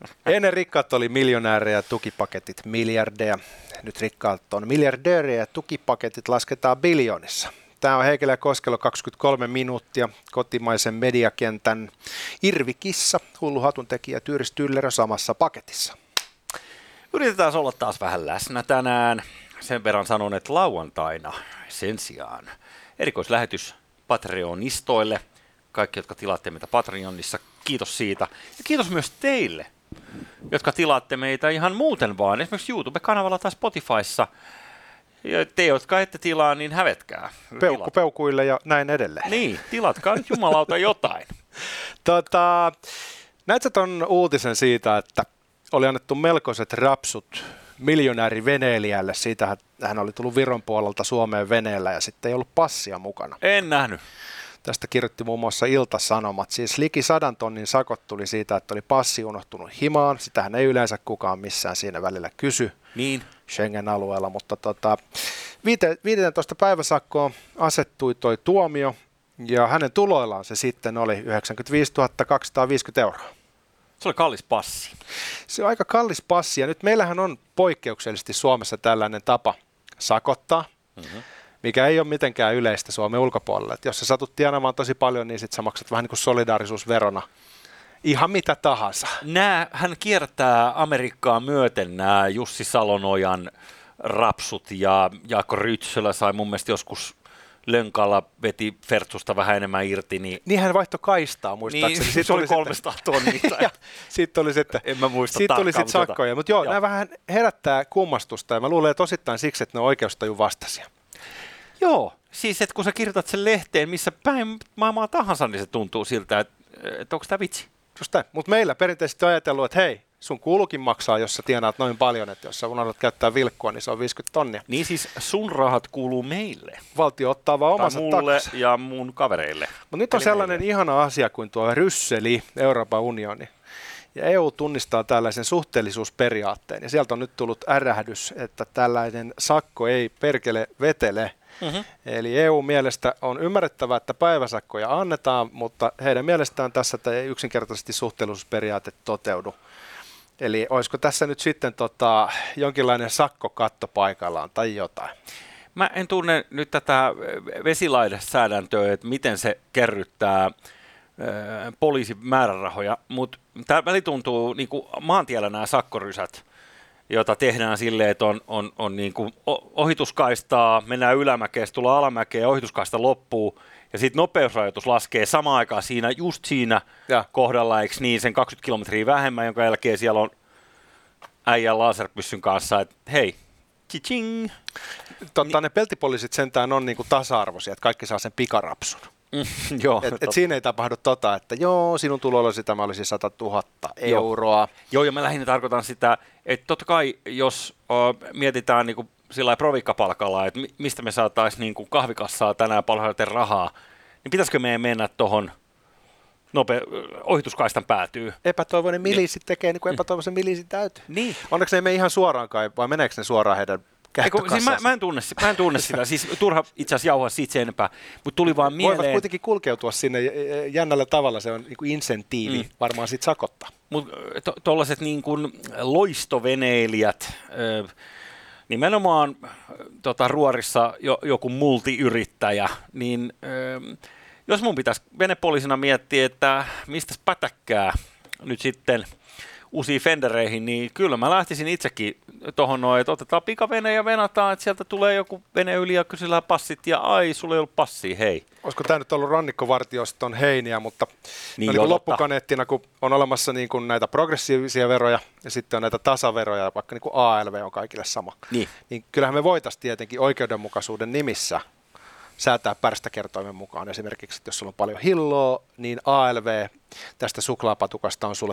Ennen rikkaat oli miljonäärejä, tukipaketit miljardeja. Nyt rikkaat on miljardöörejä ja tukipaketit lasketaan biljoonissa. Tämä on Heikelä ja Koskelo 23 minuuttia. Kotimaisen mediakentän irvikissa, hullu hatuntekijä Tyyri Styller samassa paketissa. Yritetään olla taas vähän läsnä tänään. Sen verran sanon, että lauantaina sen sijaan erikoislähetys Patreonistoille. Kaikki, jotka tilaatte meitä Patreonissa, kiitos siitä. Ja kiitos myös teille, jotka tilaatte meitä ihan muuten vaan. Esimerkiksi YouTube-kanavalla tai Spotifyssa. Ja te, jotka ette tilaa, niin hävetkää. Peukuille ja näin edelleen. Niin, tilatkaa nyt jumalauta jotain. Näetkö ton uutisen siitä, että oli annettu melkoiset rapsut miljonääriveneilijälle siitä, että hän oli tullut Viron puolelta Suomeen veneellä ja sitten ei ollut passia mukana. En nähnyt. Tästä kirjoitti muun muassa Ilta-Sanomat. Siis liki 100 tonnin sakot tuli siitä, että oli passi unohtunut himaan. Sitähän ei yleensä kukaan missään siinä välillä kysy Schengen-alueella, mutta 15 päiväsakkoon asettui toi tuomio ja hänen tuloillaan se sitten oli 95 250 €. Se oli kallis passi. Se on aika kallis passi ja nyt meillähän on poikkeuksellisesti Suomessa tällainen tapa sakottaa, mikä ei ole mitenkään yleistä Suomen ulkopuolella. Et jos sä satut tienaamaan tosi paljon, niin sit sä maksat vähän niin kuin solidaarisuusverona ihan mitä tahansa. Hän kiertää Amerikkaa myöten nämä Jussi Salonojan rapsut ja Jaakko Rytsölä sai mun mielestä joskus Lönkalla veti Fertsusta vähän enemmän irti. Niin hän vaihtoi kaistaa muistaakseni. Niin, se oli 300 tonnia. Sitten tuli sitten, en mä muista siitä tuli sitten sakkoja. Mutta joo, nämä vähän herättää kummastusta ja mä luulen, että osittain siksi, että ne on oikeustajun vastaisia. Joo, siis että kun sä kirjoitat sen lehteen, missä päin maailmaa tahansa, niin se tuntuu siltä, että onko tämä vitsi? Just näin, mutta meillä perinteisesti on ajatellut, että hei, sun kuuluukin maksaa, jos sä tienaat noin paljon, että jos sä unohdat käyttää vilkkua, niin se on 50 tonnia. Niin siis sun rahat kuuluu meille. Valtio ottaa vaan omansa mulle takaisin. ja mun kavereille. Mutta nyt on sellainen ihana asia kuin tuo Rysseli, Euroopan unioni. Ja EU tunnistaa tällaisen suhteellisuusperiaatteen. Ja sieltä on nyt tullut ärähdys, että tällainen sakko ei perkele vetele. Eli EU mielestä on ymmärrettävää, että päiväsakkoja annetaan, mutta heidän mielestään tässä ei yksinkertaisesti suhteellisuusperiaate toteudu. Eli olisiko tässä nyt sitten jonkinlainen sakkokatto paikallaan tai jotain? Mä en tunne nyt tätä vesilainsäädäntöä, että miten se kerryttää poliisin määrärahoja, mutta tämä väli tuntuu niin kuin maantiellä nämä sakkorysät, jota tehdään silleen, että on niin kuin ohituskaistaa, mennään ylämäkeen, tulee alamäkeen ja ohituskaista loppuu, ja sitten nopeusrajoitus laskee samaan aikaan just siinä kohdalla, eikö niin, sen 20 kilometriä vähemmän, jonka jälkeen siellä on äijän laserpyssyn kanssa, että hei, chiching. Ne peltipoliisit sentään on niinku tasa-arvoisia, että kaikki saa sen pikarapsun. Joo, et siinä ei tapahdu että joo, sinun tulollasi tämä olisi 100 000 euroa. Joo, ja mä lähinnä tarkoitan sitä, että totta kai jos mietitään niinku sillä provikkapalkalla, että mistä me saataisiin niinku kahvikassaa tänään paljon rahaa, niin pitäisikö meidän mennä tuohon ohituskaistan päätyy? Epätoivoinen milisi tekee niin kuin epätoivoisen milisi täytyy. Niin. Onneksi ne ei mene ihan suoraan kai, vai meneekö ne suoraan heidän käyttökassansa? Siis mä en tunne sitä, siis turha itse asiassa jauhaa siitä sen enempää, mutta tuli vaan mieleen. Voivat kuitenkin kulkeutua sinne jännällä tavalla, se on niin kuin insentiivi varmaan siitä sakottaa. Mutta tuollaiset niin kuin loistoveneilijät, nimenomaan ruorissa joku multiyrittäjä, niin jos mun pitäisi venepoliisina miettiä, että mistä pätäkkää nyt sitten uusiin fendereihin, niin kyllä mä lähtisin itsekin tuohon noin, että otetaan pikavene ja venataan, että sieltä tulee joku vene yli ja kysellään passit ja ai, sulla ei ollut passia, hei. Olisiko tämä nyt ollut rannikkovartioston heiniä, mutta niin loppukaneettina, kun on olemassa niin kuin näitä progressiivisia veroja ja sitten on näitä tasaveroja, vaikka niin kuin ALV on kaikille sama, niin kyllähän me voitaisiin tietenkin oikeudenmukaisuuden nimissä säätää pärstäkertoimen mukaan. Esimerkiksi, että jos sulla on paljon hilloa, niin ALV tästä suklaapatukasta on sulle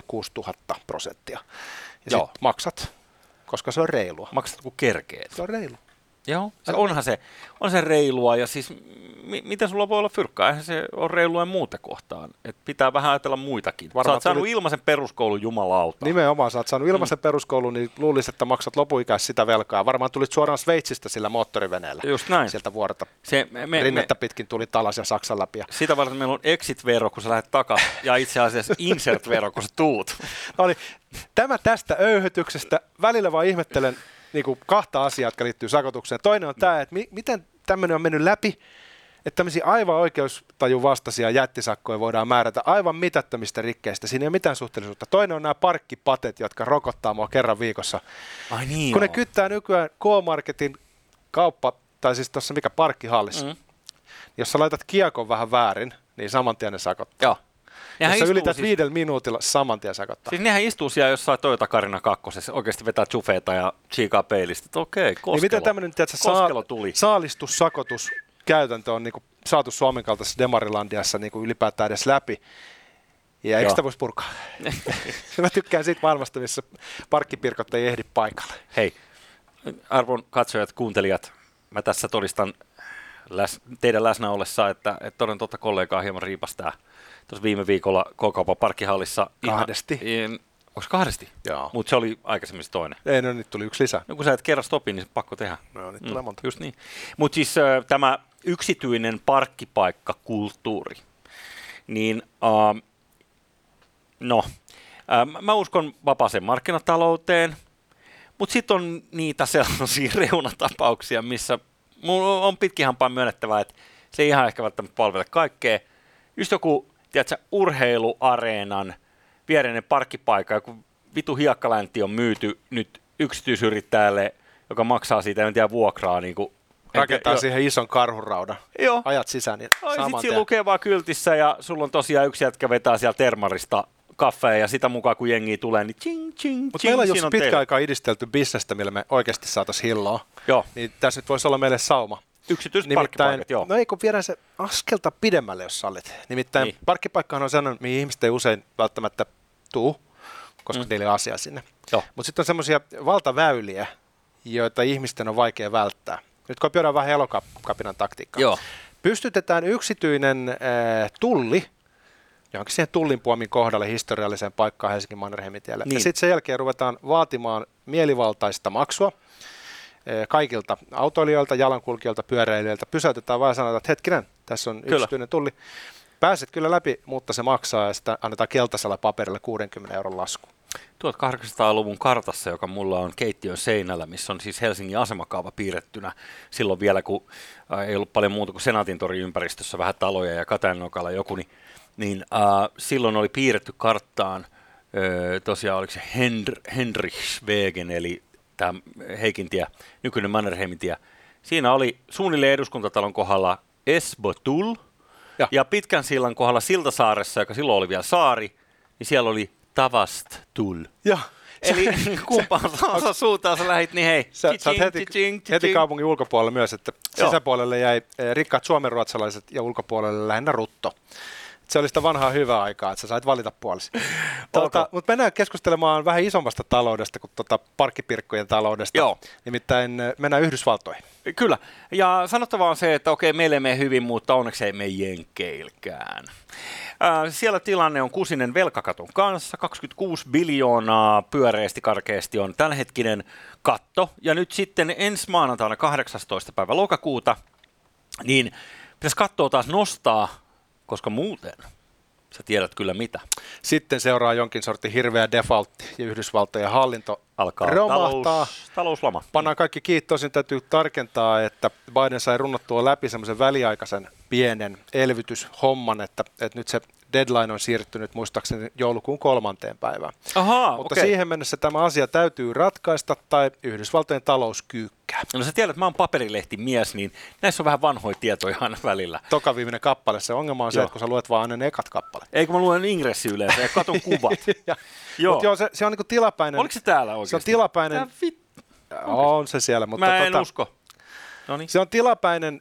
6000%. Ja sit maksat, koska se on reilua. Maksat kun kerkeet. Se on reilu. Joo, on se reilua ja siis miten sulla voi olla fyrkkaa? Eihän se ole reilua muuta kohtaan. Et pitää vähän ajatella muitakin. Sä oot saanut ilmaisen peruskoulun, jumalauta. Nimenomaan, sä oot saanut ilmaisen peruskoulun, niin luulisit, että maksat lopuikäis sitä velkaa. Varmaan tulit suoraan Sveitsistä sillä moottoriveneellä. Just näin. Sieltä vuorta. Rinnettä pitkin tuli Talas ja Saksan läpi. Sitä varten meillä on exit-vero, kun sä lähdet takaisin, ja itse asiassa insert-vero, kun sä tuut. No niin, tämä tästä öyhytyksestä. Välillä vaan ihmettelen niin kuin kahta asiaa, jotka liittyy sakotukseen. Toinen on tämä, että miten tämmöinen on mennyt läpi, että tämmöisiä aivan oikeustajun vastaisia jättisakkoja voidaan määrätä aivan mitättömistä rikkeistä. Siinä ei ole mitään suhteellisuutta. Toinen on nämä parkkipatet, jotka rokottaa mua kerran viikossa. Ai niin, kun ne kyttää nykyään K-Marketin kauppa, tai siis tuossa mikä parkkihallissa, jos sä laitat kiekon vähän väärin, niin saman tien ne sakottaa. Joo. Jos sä ylität 5 minuutilla, saman tien sakottaa. Siis nehän istuu siellä jossain Toyota Carina 2, oikeasti vetää chufeeta ja chiikaa peilistä, että okei, koskelo. Niin miten tämmöinen saalistussakotus käytäntö on niinku saatu Suomen kaltaisessa Demarilandiassa niinku ylipäätään edes läpi. Ja eikö sitä voisi purkaa? Mä tykkään siitä maailmasta, missä parkkipirkot ei ehdi paikalle. Hei, arvon katsojat, kuuntelijat, mä tässä todistan teidän läsnä ollessa, että toden totta kollegaa hieman riipastää. Tuossa viime viikolla K-kaupan parkkihallissa. Kahdesti. Onko kahdesti? Joo. Mutta se oli aikaisemmin toinen. Ei, no nyt tuli yksi lisää. No kun sä et kerran stopi, niin se pakko tehdä. No nyt tulee monta. Just niin. Mutta siis tämä yksityinen parkkipaikkakulttuuri, niin mä uskon vapaaseen markkinatalouteen, mutta sitten on niitä sellaisia reunatapauksia, missä mulla on pitkin hampaan myönnettävää, että se ei ihan ehkä välttämättä palvele kaikkea. Just joku, tiedätkö, urheiluareenan viereinen parkkipaikka, joku vitu hiekkaläntti on myyty nyt yksityisyrittäjälle, joka maksaa siitä, en tiedä, vuokraa. Niin kuin, rakentaa siihen ison karhuraudan. Joo. Ajat sisään. Niin sitten siinä lukee vaan kyltissä ja sulla on tosiaan yksi jätkä vetää siellä termarista kaffea ja sitä mukaan kun jengi tulee, niin ching, ching, mutta meillä on just pitkä aikaa idistelty bisnestä, millä me oikeasti saataisiin hilloa. Joo. Niin tässä nyt voisi olla meille sauma. Yksityiset parkkipaikat, joo. No ei, kun viedään se askelta pidemmälle, jos sallit. Nimittäin niin. Parkkipaikkahan on sellainen, mihin ihmiset ei usein välttämättä tuu, koska teillä on asia sinne. Mutta sitten on semmoisia valtaväyliä, joita ihmisten on vaikea välttää. Nyt kopioidaan vähän elokapinan taktiikkaa. Joo. Pystytetään yksityinen tulli johonkin siihen tullinpuomin kohdalle historialliseen paikkaan Helsingin Mannerheimitielle. Niin. Ja sitten sen jälkeen ruvetaan vaatimaan mielivaltaista maksua kaikilta autoilijoilta, jalankulkijoilta, pyöräilijöiltä. Pysäytetään vaan ja sanotaan, että hetkinen, tässä on yksityinen tulli. Pääset kyllä läpi, mutta se maksaa ja sitä annetaan keltaisella paperilla 60 € lasku. 1800-luvun kartassa, joka mulla on keittiön seinällä, missä on siis Helsingin asemakaava piirrettynä silloin vielä, kun ei ollut paljon muuta kuin Senaatintorin ympäristössä, vähän taloja ja Katajannokalla joku, niin silloin oli piirretty karttaan, tosiaan oliko se Henrichswegen, eli tämä Heikintie, nykyinen Mannerheimintie. Siinä oli suunnilleen Eduskuntatalon kohdalla Esbotul, ja pitkän sillan kohdalla Siltasaaressa, joka silloin oli vielä saari, niin siellä oli Tavasttul. Ja. Eli kumpaan suuntaan sä lähit, niin hei. Sä oot heti kaupungin ulkopuolelle myös, että sisäpuolelle jäi rikkaat suomenruotsalaiset ja ulkopuolelle lähinnä rutto. Se oli sitä vanhaa hyvää aikaa, että sä sait valita puolesi. Mutta mennään keskustelemaan vähän isommasta taloudesta kuin parkkipirkkojen taloudesta. Joo. Nimittäin mennään Yhdysvaltoihin. Kyllä. Ja sanottavaa on se, että okei, meille ei mene hyvin, mutta onneksi ei mene jenkeilkään. Siellä tilanne on kusinen velkakaton kanssa. 26 biljoonaa pyöreästi karkeasti on tämänhetkinen katto. Ja nyt sitten ensi maanantaina 18. päivä lokakuuta, niin pitäisi kattoa taas nostaa, koska muuten sä tiedät kyllä mitä. Sitten seuraa jonkin sortin hirveä defaultti ja Yhdysvaltojen hallinto alkaa romahtaa. Talouslama. Pannaan kaikki kiinni. Tosin täytyy tarkentaa, että Biden sai runnottua läpi semmoisen väliaikaisen pienen elvytyshomman, että nyt se deadline on siirtynyt muistaakseni joulukuun 3. päivään. Mutta siihen mennessä tämä asia täytyy ratkaista tai Yhdysvaltojen talous kyykkää. No sä tiedät, että mä oon paperilehtimies, niin näissä on vähän vanhoja tietoja aina välillä. Toka viimeinen kappale. Se ongelma on se, että kun sä luet vaan aina ne ekat kappaleet. Eikö mä luen ingressi yleensä ja katon kuvat. Mutta se on niinku tilapäinen. Oliko se täällä oikeasti? Se on tilapäinen. On se siellä. Mutta mä en usko. Noniin. Se on tilapäinen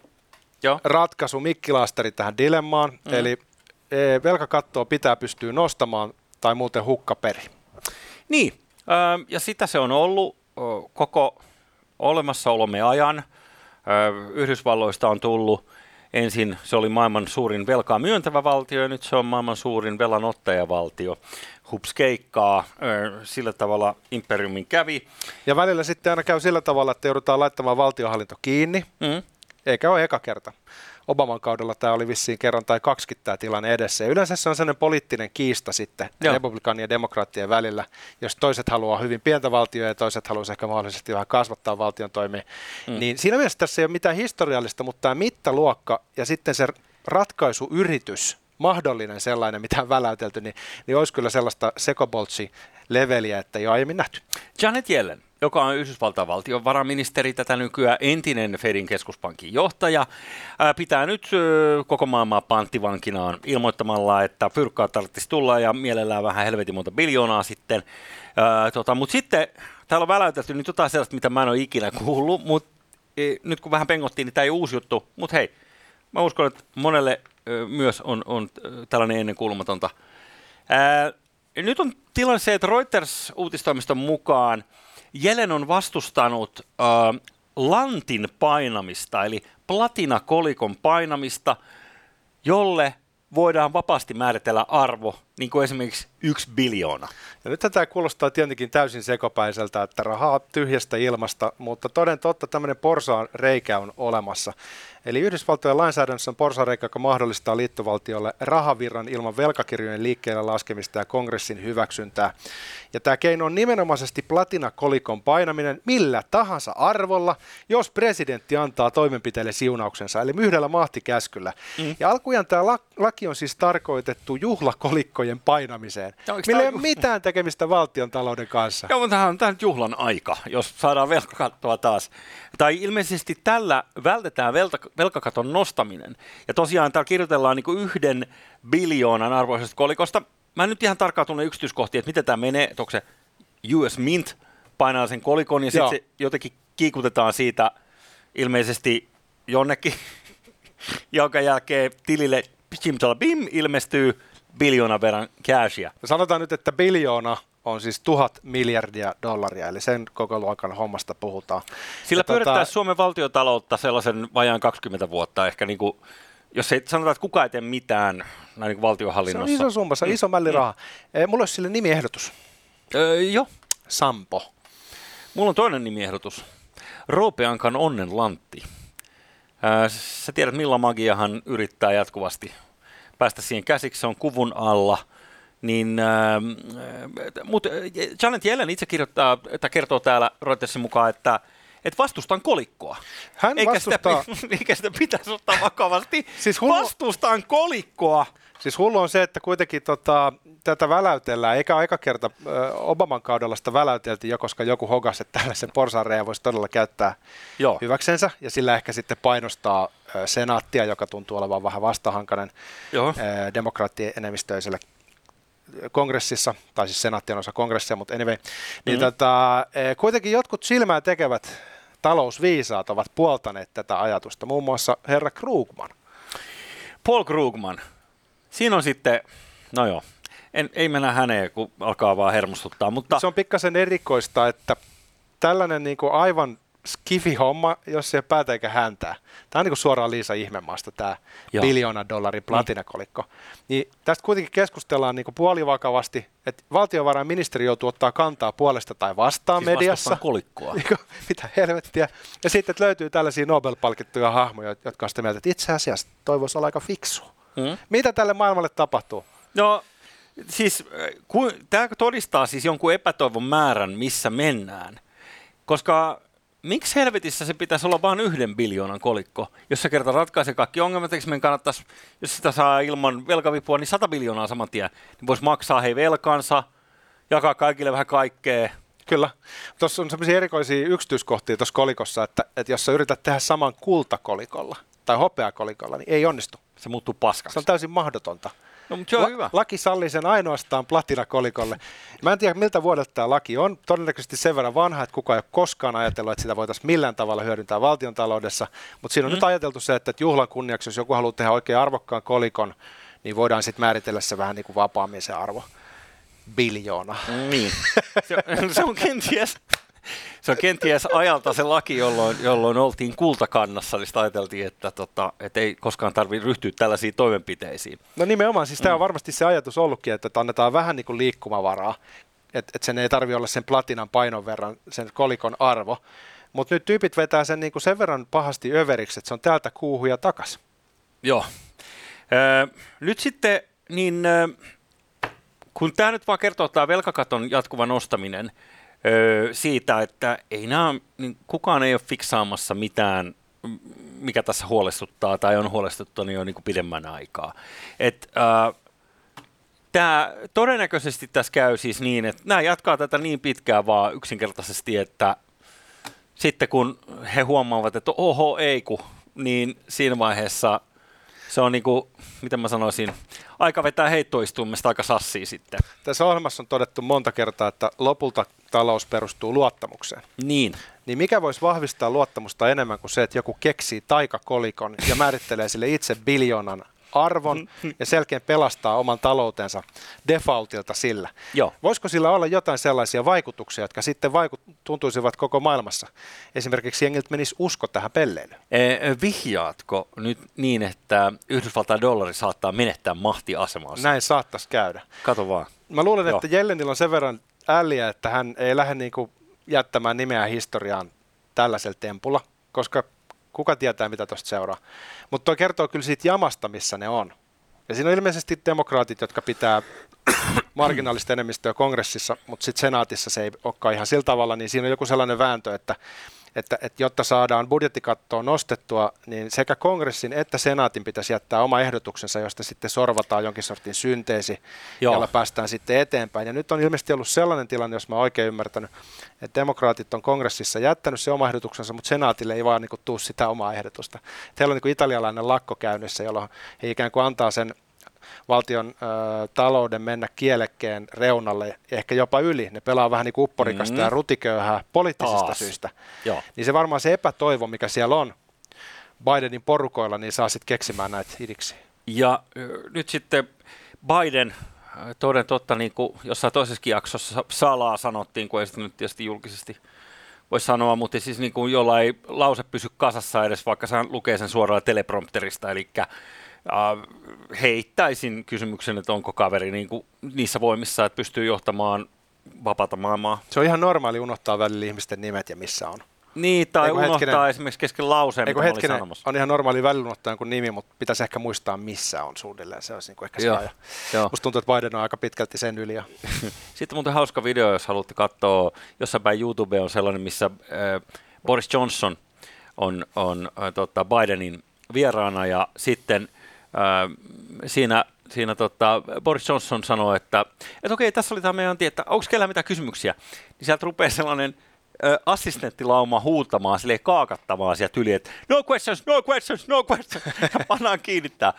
ratkaisu, mikkilaastari tähän dilemmaan. Eli velkakattoa pitää pystyä nostamaan tai muuten hukkaperi. Niin, ja sitä se on ollut koko olemassaolomme ajan. Yhdysvalloista on tullut ensin, se oli maailman suurin velkaa myöntävä valtio ja nyt se on maailman suurin velanottajavaltio. Hups keikkaa, sillä tavalla imperiumin kävi. Ja välillä sitten aina käy sillä tavalla, että joudutaan laittamaan valtionhallinto kiinni, eikä ole eka kerta. Obaman kaudella tämä oli vissiin kerran tai 20 tämä tilanne edessä. Ja yleensä se on sellainen poliittinen kiista sitten republikaanien ja demokraattien välillä, jos toiset haluaa hyvin pientä valtioa ja toiset haluaisi ehkä mahdollisesti vähän kasvattaa valtion toimia. Niin siinä mielessä tässä ei ole mitään historiallista, mutta tämä mittaluokka ja sitten se ratkaisuyritys, mahdollinen sellainen, mitä on väläytelty, niin olisi kyllä sellaista sekoboltsi-leveliä, että ei ole aiemmin nähty. Janet Yellen, joka on Yhdysvaltain valtiovarainministeri, tätä nykyään entinen Fedin keskuspankin johtaja, pitää nyt koko maailmaa panttivankinaan ilmoittamalla, että fyrkkaa tarvitsisi tulla ja mielellään vähän helvetin monta biljoonaa sitten. Mutta sitten täällä on väläytelty nyt jotain sellaista, mitä mä en ole ikinä kuullut, mutta nyt kun vähän pengottiin, niin tämä ei ole uusi juttu, mutta hei, mä uskon, että monelle myös on tällainen ennenkuulumatonta. Nyt on tilanne se, että Reuters-uutistoimiston mukaan Yellen on vastustanut lantin painamista, eli platinakolikon painamista, jolle voidaan vapaasti määritellä arvo, niin kuin esimerkiksi 1 biljoona. Ja nyt tämä kuulostaa tietenkin täysin sekopäiseltä, että rahaa tyhjästä ilmasta, mutta toden totta tämmöinen porsaan reikä on olemassa. Eli Yhdysvaltojen lainsäädännössä on porsaanreikä, joka mahdollistaa liittovaltiolle rahavirran ilman velkakirjojen liikkeelle laskemista ja kongressin hyväksyntää. Ja tämä keino on nimenomaisesti platinakolikon painaminen millä tahansa arvolla, jos presidentti antaa toimenpiteille siunauksensa, eli yhdellä mahtikäskyllä. Ja alkujaan tämä laki on siis tarkoitettu juhlakolikkojen painamiseen, millä ei ole mitään tekemistä valtion talouden kanssa. Joo, mutta tämä on nyt juhlan aika, jos saadaan velkakattoa taas. Tai ilmeisesti tällä vältetään velkakaton nostaminen. Ja tosiaan täällä kirjoitellaan niin kuin 1 biljoonan arvoisesta kolikosta. Mä en nyt ihan tarkkaan tunne yksityiskohtia, että miten tämä menee, että onko se US Mint painaa sen kolikon ja sitten se jotenkin kiikutetaan siitä ilmeisesti jonnekin, jonka jälkeen tilille bim ilmestyy biljoonan verran cashia. Sanotaan nyt, että biljoona on siis 1000 miljardia dollaria, eli sen koko luokan hommasta puhutaan. Sillä pyörittäisi Suomen valtiotaloutta sellaisen vajaan 20 vuotta, ehkä niin kuin, jos ei sanotaan, että kukaan ei tee mitään näin niin valtionhallinnossa. Se on iso summa, se on iso mälli rahaa. Mulla olisi sille nimiehdotus. Joo. Sampo. Mulla on toinen nimiehdotus. Roopeankan onnen lantti. Sä tiedät, millä magiahan yrittää jatkuvasti päästä siihen käsiksi, se on kuvun alla. Mutta Janet Yellen itse kertoo täällä Reutersin mukaan, että vastustan kolikkoa. Hän vastustaa. Eikä sitä pitäisi ottaa vakavasti. Siis vastustan kolikkoa. Siis hullu on se, että kuitenkin tätä väläytellään, eikä aika kerta Obaman kaudella sitä väläyteltiin jo, koska joku hogasi, että tällaisen porsaanreiän voisi todella käyttää hyväksensä, ja sillä ehkä sitten painostaa senaattia, joka tuntuu olevan vähän vastahankainen demokraattien enemmistöiselle kongressissa, tai siis senaatti on osa kongressia, mutta anyway, niin kuitenkin jotkut silmää tekevät talousviisaat ovat puoltaneet tätä ajatusta, muun muassa herra Krugman. Paul Krugman. Siinä on sitten, no joo, ei mennä häneen, kun alkaa vaan hermostuttaa, mutta... Se on pikkasen erikoista, että tällainen niin kuin aivan skifi-homma, jos ei ole päätä eikä häntää. Tämä on niin kuin suoraan Liisa Ihmemaasta, tämä biljoonan dollarin platinakolikko. Niin tästä kuitenkin keskustellaan niin kuin puolivakavasti, että valtiovarainministeri joutuu ottaa kantaa puolesta tai vastaan siis mediassa. Kolikkoa. Mitä helvettiä. Ja sitten löytyy tällaisia Nobel-palkittuja hahmoja, jotka on sitä mieltä, että itse asiassa toi voisi olla aika fiksu. Mitä tälle maailmalle tapahtuu? No siis tämä todistaa siis jonkun epätoivon määrän, missä mennään. Koska miksi helvetissä se pitäisi olla vain 1 biljoonan kolikko? Jos se kerta ratkaisee kaikki ongelmat, eikö meidän kannattaisi, jos sitä saa ilman velkavipua, niin 100 biljoonaa saman tien. Niin voisi maksaa velkansa, jakaa kaikille vähän kaikkea. Kyllä. Tuossa on sellaisia erikoisia yksityiskohtia tuossa kolikossa, että jos sä yrität tehdä saman kultakolikolla tai hopeakolikolla, niin ei onnistu. Se muuttuu paskaksi. Se on täysin mahdotonta. No, mutta se on hyvä. Laki sallii sen ainoastaan platinakolikolle. Mä en tiedä, miltä vuodelta tämä laki on. Todennäköisesti sen verran vanha, että kukaan ei ole koskaan ajatellut, että sitä voitaisiin millään tavalla hyödyntää valtiontaloudessa. Mutta siinä on nyt ajateltu se, että juhlan kunniaksi, jos joku haluaa tehdä oikein arvokkaan kolikon, niin voidaan sitten määritellä se vähän niin kuin vapaammin se arvo. Biljoona. Niin. Se on kenties Se on kenties ajalta se laki, jolloin oltiin kultakannassa, niin sitä ajateltiin, että ei koskaan tarvitse ryhtyä tällaisiin toimenpiteisiin. No nimenomaan, siis tämä on varmasti se ajatus ollutkin, että annetaan vähän niin kuin liikkumavaraa, että sen ei tarvitse olla sen platinan painon verran sen kolikon arvo, mutta nyt tyypit vetää sen niin kuin sen verran pahasti överiksi, että se on täältä kuuhun ja takas. Joo. Nyt sitten, niin kun tämä nyt vaan kertoo, tämä velkakaton jatkuva nostaminen siitä, että ei niin kukaan ei ole fiksaamassa mitään, mikä tässä huolestuttaa tai on huolestuttanut jo niin kuin pidemmän aikaa. Tämä todennäköisesti tässä käy siis niin, että nämä jatkaa tätä niin pitkään vaan yksinkertaisesti, että sitten kun he huomaavat, että oho ei niin siinä vaiheessa se on niin kuin, miten mä sanoisin, aika vetää heittoistuimesta aika sassiin sitten. Tässä ohjelmassa on todettu monta kertaa, että lopulta talous perustuu luottamukseen. Niin. Niin mikä voisi vahvistaa luottamusta enemmän kuin se, että joku keksii taikakolikon ja määrittelee sille itse biljoonan arvon ja selkeän pelastaa oman taloutensa defaultilta sillä. Joo. Voisiko sillä olla jotain sellaisia vaikutuksia, jotka sitten tuntuisivat koko maailmassa? Esimerkiksi jengiltä menisi usko tähän pelleilyyn. Vihjaatko nyt niin, että Yhdysvaltain dollari saattaa menettää mahtiasemansa? Näin saattaisi käydä. Kato vaan. Mä luulen, Joo. että Jellenillä on sen verran älliä, että hän ei lähde niinku jättämään nimeä historiaan tällaisella tempulla, koska kuka tietää, mitä tuosta seuraa. Mutta tuo kertoo kyllä siitä jamasta, missä ne on. Ja siinä on ilmeisesti demokraatit, jotka pitää marginaalista enemmistöä kongressissa, mutta sitten senaatissa se ei olekaan ihan sillä tavalla, niin siinä on joku sellainen vääntö, että jotta saadaan budjettikattoa nostettua, niin sekä kongressin että senaatin pitäisi jättää oma ehdotuksensa, josta sitten sorvataan jonkin sortin synteesi, jolla päästään sitten eteenpäin. Ja nyt on ilmeisesti ollut sellainen tilanne, jos mä oon oikein ymmärtänyt, että demokraatit on kongressissa jättänyt se oma ehdotuksensa, mutta senaatille ei vaan niin tuu sitä omaa ehdotusta. Heillä on niin italialainen lakko käynnissä, jolloin he ikään kuin antaa sen valtion talouden mennä kielekkeen reunalle, ehkä jopa yli. Ne pelaa vähän niin kuin upporikasta ja rutiköyhää poliittisista syistä. Joo. Niin se varmaan se epätoivo, mikä siellä on Bidenin porukoilla, niin saa sitten keksimään näitä idiksi. Ja nyt sitten Biden, toden totta, niin kuin jossain toisessakin jaksossa salaa sanottiin, kun ei sitä nyt tietysti julkisesti voi sanoa, mutta siis niin kuin jolla ei lause pysy kasassa edes, vaikka se lukee sen suoraan teleprompterista, eli heittäisin kysymyksen, että onko kaveri niin kuin niissä voimissa, että pystyy johtamaan vapaata maailmaa. Se on ihan normaali unohtaa välillä ihmisten nimet ja missä on. Niin, tai unohtaa esimerkiksi kesken lauseen, mitä oli sanomassa. On ihan normaali välillä unohtaa jonkun nimi, mutta pitäisi ehkä muistaa, missä on suunnilleen. Se olisi niin kuin ehkä se aja. Musta tuntuu, että Biden on aika pitkälti sen yli. Sitten muuten hauska video, jos haluatte katsoa, jossain päin YouTube on sellainen, missä Boris Johnson on Bidenin vieraana, ja sitten siinä Boris Johnson sanoi, että okei, tässä oli tämä meidän että onko kellään mitään kysymyksiä, niin sieltä rupeaa sellainen assistenttilauma huutamaan, silleen kaakattamaan sieltä yli, että no questions, no questions, no questions, ja pannaan kiinnittää.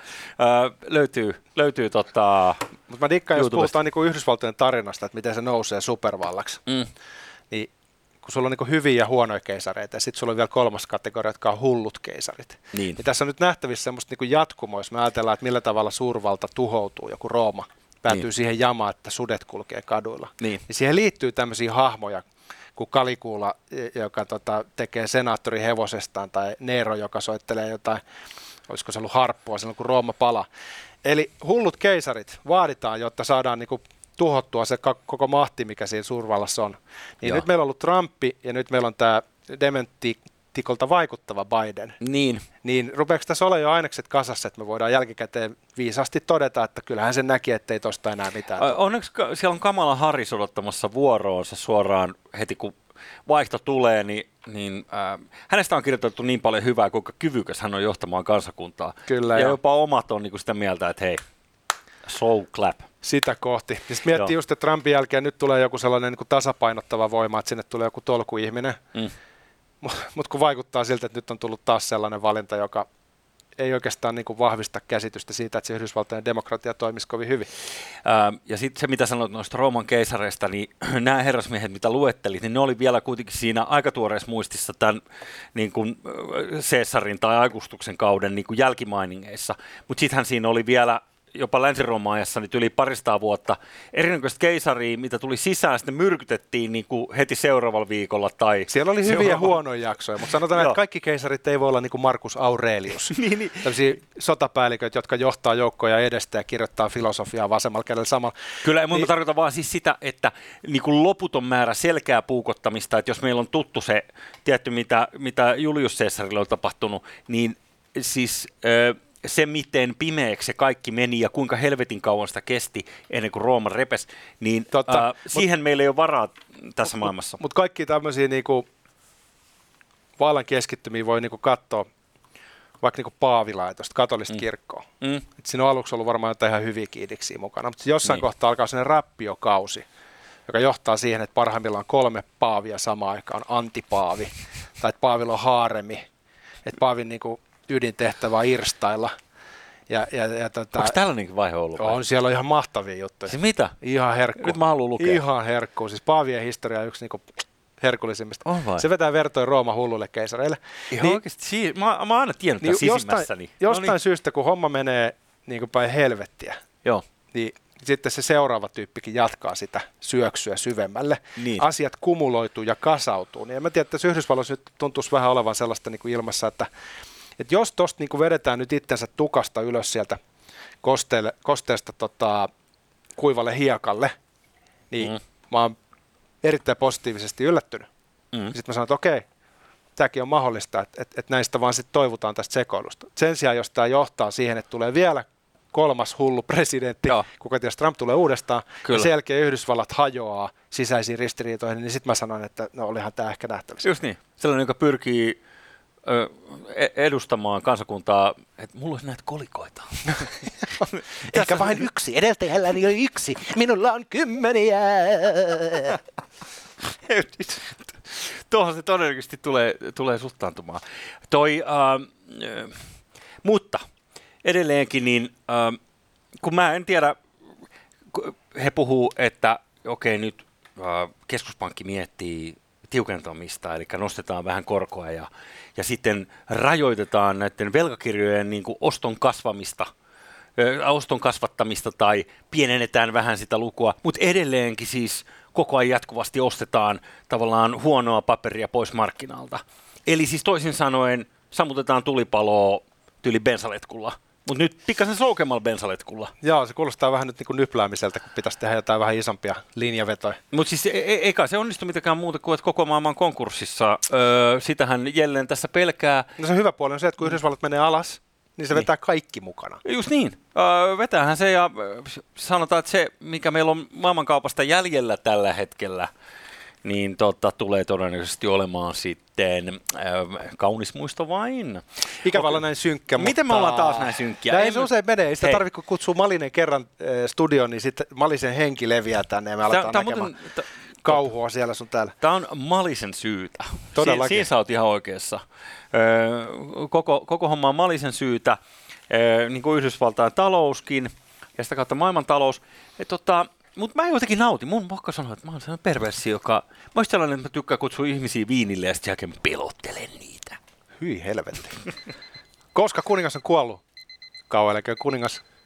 Löytyy Mutta mä dikkaan, jos puhutaan niinku Yhdysvaltojen tarinasta, että miten se nousee supervallaksi, niin kun sulla on niinku hyviä ja huonoja keisareita, ja sitten sulla on vielä kolmas kategoria, jotka on hullut keisarit. Niin tässä on nyt nähtävissä semmoista niinku jatkumoa, jos me ajatellaan, että millä tavalla suurvalta tuhoutuu, joku Rooma päätyy siihen jamaan, että sudet kulkee kaduilla. Niin siihen liittyy tämmöisiä hahmoja, kuin Kalikuula, joka tekee senaattorin hevosestaan, tai Nero, joka soittelee jotain, olisiko se ollut harppua silloin, kun Rooma palaa. Eli hullut keisarit vaaditaan, jotta saadaan niinku tuhottua se koko mahti, mikä siinä suurvallassa on. Niin nyt meillä on ollut Trumpi, ja nyt meillä on tämä dementikolta vaikuttava Biden. Niin rupeeko tässä olla jo ainekset kasassa, että me voidaan jälkikäteen viisaasti todeta, että kyllähän se näki, ettei tosta enää mitään. Onneksi siellä on Kamala Harris odottamassa vuoroonsa suoraan heti, kun vaihto tulee, niin hänestä on kirjoitettu niin paljon hyvää, kuinka kyvykäs hän on johtamaan kansakuntaa. Kyllä, ja jopa omat on sitä mieltä, että hei, slow clap. Sitä kohti. Ja sitten miettii just, että Trumpin jälkeen nyt tulee joku sellainen niin tasapainottava voima, että sinne tulee joku tolkuihminen. Mutta kun vaikuttaa siltä, että nyt on tullut taas sellainen valinta, joka ei oikeastaan niin kuin vahvista käsitystä siitä, että se Yhdysvaltojen demokratia toimisi kovin hyvin. Ja sitten se, mitä sanoit noista Rooman keisareista, niin nämä herrasmiehet, mitä luettelit, niin ne oli vielä kuitenkin siinä aika tuoreessa muistissa tämän niin kuin Caesarin tai Augustuksen kauden niin kuin jälkimainingeissa. Mutta sittenhän siinä oli vielä jopa Länsi-Rooman ajassa niin yli 200 vuotta erinäköistä keisaria, mitä tuli sisään, sitten myrkytettiin niin kuin heti seuraavalla viikolla. Tai siellä oli hyviä ja huonoja jaksoja, mutta sanotaan, että kaikki keisarit ei voi olla niin kuin Marcus Aurelius. niin. Tällaisia sotapäälliköitä, jotka johtaa joukkoja edestä ja kirjoittaa filosofiaa vasemmalla kädellä samalla. Kyllä, mutta tarkoitan vaan siis sitä, että niin kuin loputon määrä selkeää puukottamista, että jos meillä on tuttu se tietty, mitä Julius Caesarille on tapahtunut, niin siis se, miten pimeäksi se kaikki meni ja kuinka helvetin kauan sitä kesti ennen kuin Rooma repesi, niin siihen meillä ei ole varaa tässä maailmassa. Mutta kaikki tämmöisiä niinku vallan keskittymiä voi niinku katsoa vaikka niinku paavilaitosta, katolista kirkkoa. Siinä on aluksi ollut varmaan jotain ihan hyviä kiidiksiä mukana, mutta jossain kohtaa alkaa sellainen rappiokausi, joka johtaa siihen, että parhaimmillaan 3 paavia samaan aikaan on antipaavi, tai että paavilla on haaremi, että paavin niinku ydintehtävä on irstailla. Onko tällainenkin vaihe ollut? On, siellä on ihan mahtavia juttuja. Siis mitä? Ihan herkku. Nyt mä haluan lukea. Ihan herkku. Siis paavien historia on yksi niinku herkullisimmista. Se vetää vertoja Rooman hulluille keisareille. Ihan niin, oikeasti. Mä oon aina tiennyt tämän sisimmässäni. Jostain syystä, kun homma menee niin kuin päin helvettiä, niin sitten se seuraava tyyppikin jatkaa sitä syöksyä syvemmälle. Niin. Asiat kumuloituu ja kasautuu. Niin en mä tiedä, että Yhdysvalloissa nyt tuntuisi vähän olevan sellaista niin kuin ilmassa, että jos tosta niin kuin vedetään nyt itsensä tukasta ylös sieltä kosteesta kuivalle hiekalle, niin mä oon erittäin positiivisesti yllättynyt. Sitten mä sanon, että okei, tämäkin on mahdollista, että näistä vaan sitten toivotaan tästä sekoilusta. Sen sijaan, jos tämä johtaa siihen, että tulee vielä 3. hullu presidentti, kuka tiedä, Trump tulee uudestaan, ja sen jälkeen Yhdysvallat hajoaa sisäisiin ristiriitoihin, niin sitten mä sanon, että no olihan tämä ehkä nähtävissä. Just niin. Sellainen, joka pyrkii edustamaan kansakuntaa, että mulla olisi näitä kolikoita. Ehkä vain yksi. Edeltäjälläni oli 1. Minulla on 10. Tuohon se todennäköisesti tulee suhtaantumaan. Mutta edelleenkin, niin, kun mä en tiedä, he puhuu, että okei, nyt keskuspankki miettii tiukentamista, eli nostetaan vähän korkoa ja sitten rajoitetaan näiden velkakirjojen niin kuin oston kasvattamista tai pienennetään vähän sitä lukua, mutta edelleenkin siis koko ajan jatkuvasti ostetaan tavallaan huonoa paperia pois markkinalta. Eli siis toisin sanoen sammutetaan tulipaloa tyyli bensaletkulla. Mutta nyt pikkasen soukemmalla bensaletkulla. Joo, se kuulostaa vähän nyt niin kuin nypläämiseltä, kun pitäisi tehdä jotain vähän isompia linjavetoja. Mutta siis eikä se onnistu mitenkään muuta kuin, että koko maailman konkurssissa. Sitähän jälleen tässä pelkää. No se hyvä puoli on se, että kun Yhdysvallat menee alas, niin se vetää kaikki mukana. Just niin. Vetäähän se ja sanotaan, että se, mikä meillä on maailmankaupasta jäljellä tällä hetkellä, niin tulee todennäköisesti olemaan sitten kaunis muisto vain. Ikävä näin synkkä, mutta miten me ollaan taas näin synkkiä? Näin se usein menee. Ei sitä tarvitse, kun kutsuu Malinen kerran studioon, niin sitten Malisen henki leviää tänne ja me aletaan näkemään kauhua siellä sun täällä. Tämä on Malisen syytä. Todellakin. Siinä sä oot ihan oikeassa. Koko homma on Malisen syytä, niin kuin Yhdysvaltain talouskin ja sitä kautta maailmantalous. Mutta mä jotenkin nautin. Mun pakko sanoa, että mä oon sellainen perverssi, joka... Mä olisin sellainen, että mä tykkään kutsua ihmisiä viinille ja sitten jälkeen pelottelen niitä. Hyi helvetti. Koska kuningas on kuollut, kauan eläköön kuningas